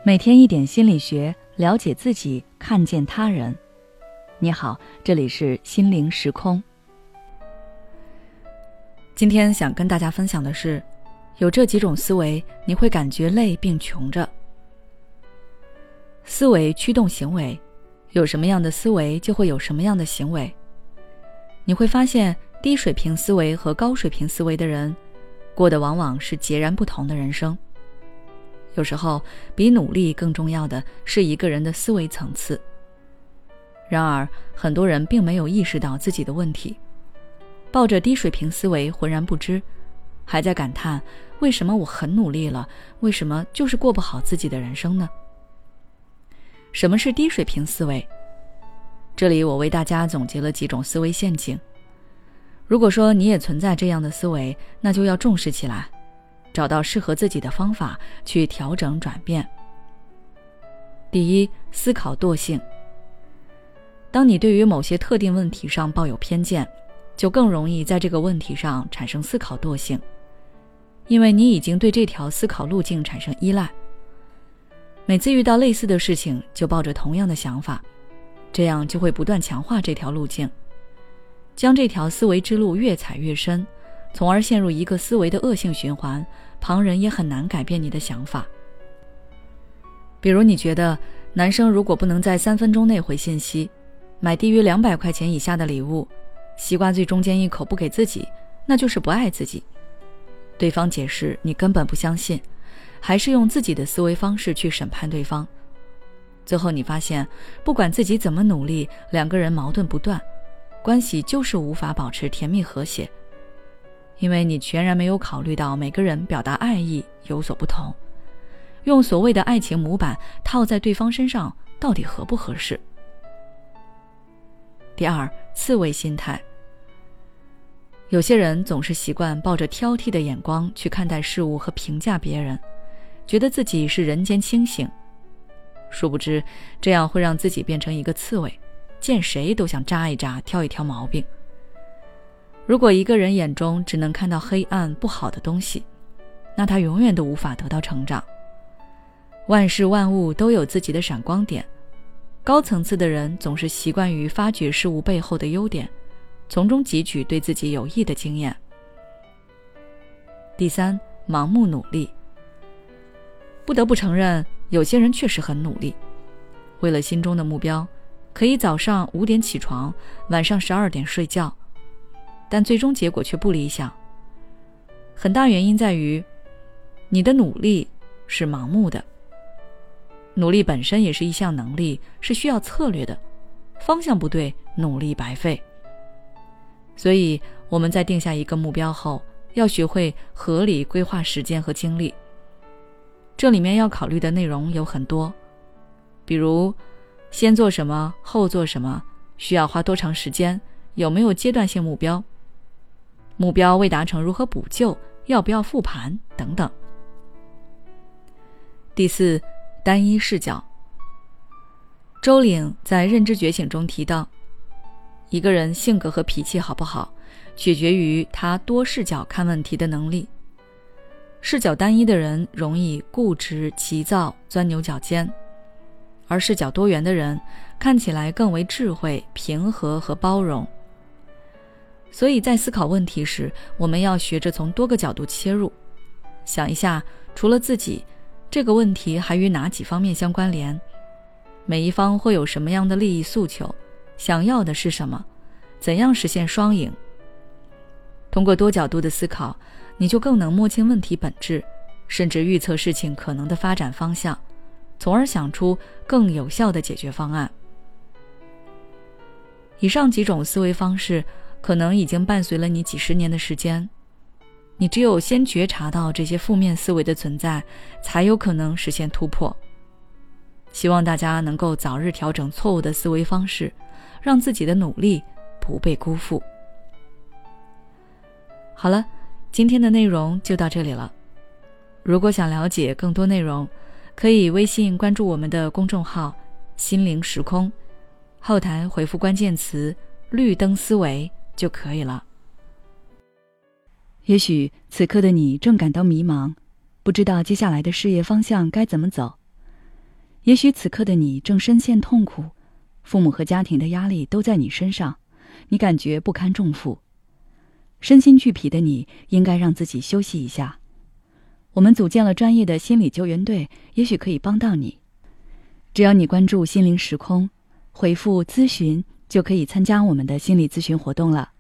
每天一点心理学，了解自己，看见他人。你好，这里是心灵时空。今天想跟大家分享的是，有这几种思维，你会感觉累并穷着。思维驱动行为，有什么样的思维就会有什么样的行为。你会发现，低水平思维和高水平思维的人，过的往往是截然不同的人生。有时候，比努力更重要的是一个人的思维层次。然而，很多人并没有意识到自己的问题，抱着低水平思维浑然不知，还在感叹为什么我很努力了，为什么就是过不好自己的人生呢？什么是低水平思维？这里我为大家总结了几种思维陷阱。如果说你也存在这样的思维，那就要重视起来，找到适合自己的方法去调整转变。第一，思考惰性。当你对于某些特定问题上抱有偏见，就更容易在这个问题上产生思考惰性，因为你已经对这条思考路径产生依赖。每次遇到类似的事情，就抱着同样的想法，这样就会不断强化这条路径，将这条思维之路越踩越深，从而陷入一个思维的恶性循环，旁人也很难改变你的想法。比如你觉得男生如果不能在3分钟内回信息，买低于200块钱以下的礼物，西瓜最中间一口不给自己，那就是不爱自己。对方解释你根本不相信，还是用自己的思维方式去审判对方。最后你发现，不管自己怎么努力，两个人矛盾不断，关系就是无法保持甜蜜和谐。因为你全然没有考虑到每个人表达爱意有所不同，用所谓的爱情模板套在对方身上到底合不合适。第二，刺猬心态。有些人总是习惯抱着挑剔的眼光去看待事物和评价别人，觉得自己是人间清醒，殊不知这样会让自己变成一个刺猬，见谁都想扎一扎，挑一挑毛病。如果一个人眼中只能看到黑暗不好的东西，那他永远都无法得到成长。万事万物都有自己的闪光点，高层次的人总是习惯于发掘事物背后的优点，从中汲取对自己有益的经验。第三，盲目努力。不得不承认，有些人确实很努力，为了心中的目标，可以早上5点起床，晚上12点睡觉，但最终结果却不理想。很大原因在于，你的努力是盲目的。努力本身也是一项能力，是需要策略的，方向不对，努力白费。所以我们在定下一个目标后，要学会合理规划时间和精力。这里面要考虑的内容有很多，比如先做什么，后做什么，需要花多长时间，有没有阶段性目标，目标未达成如何补救，要不要复盘等等。第四，单一视角。周岭在《认知觉醒》中提到，一个人性格和脾气好不好，取决于他多视角看问题的能力。视角单一的人容易固执、急躁、钻牛角尖，而视角多元的人看起来更为智慧、平和和包容。所以在思考问题时，我们要学着从多个角度切入，想一下，除了自己，这个问题还与哪几方面相关联？每一方会有什么样的利益诉求？想要的是什么？怎样实现双赢？通过多角度的思考，你就更能摸清问题本质，甚至预测事情可能的发展方向，从而想出更有效的解决方案。以上几种思维方式可能已经伴随了你几十年的时间，你只有先觉察到这些负面思维的存在，才有可能实现突破。希望大家能够早日调整错误的思维方式，让自己的努力不被辜负。好了，今天的内容就到这里了。如果想了解更多内容，可以微信关注我们的公众号心灵时空，后台回复关键词绿灯思维就可以了。也许此刻的你正感到迷茫，不知道接下来的事业方向该怎么走。 也许此刻的你正深陷痛苦，父母和家庭的压力都在你身上，你感觉不堪重负。身心俱疲的你应该让自己休息一下。我们组建了专业的心理救援队，也许可以帮到你。只要你关注心灵时空，回复咨询就可以参加我们的心理咨询活动了。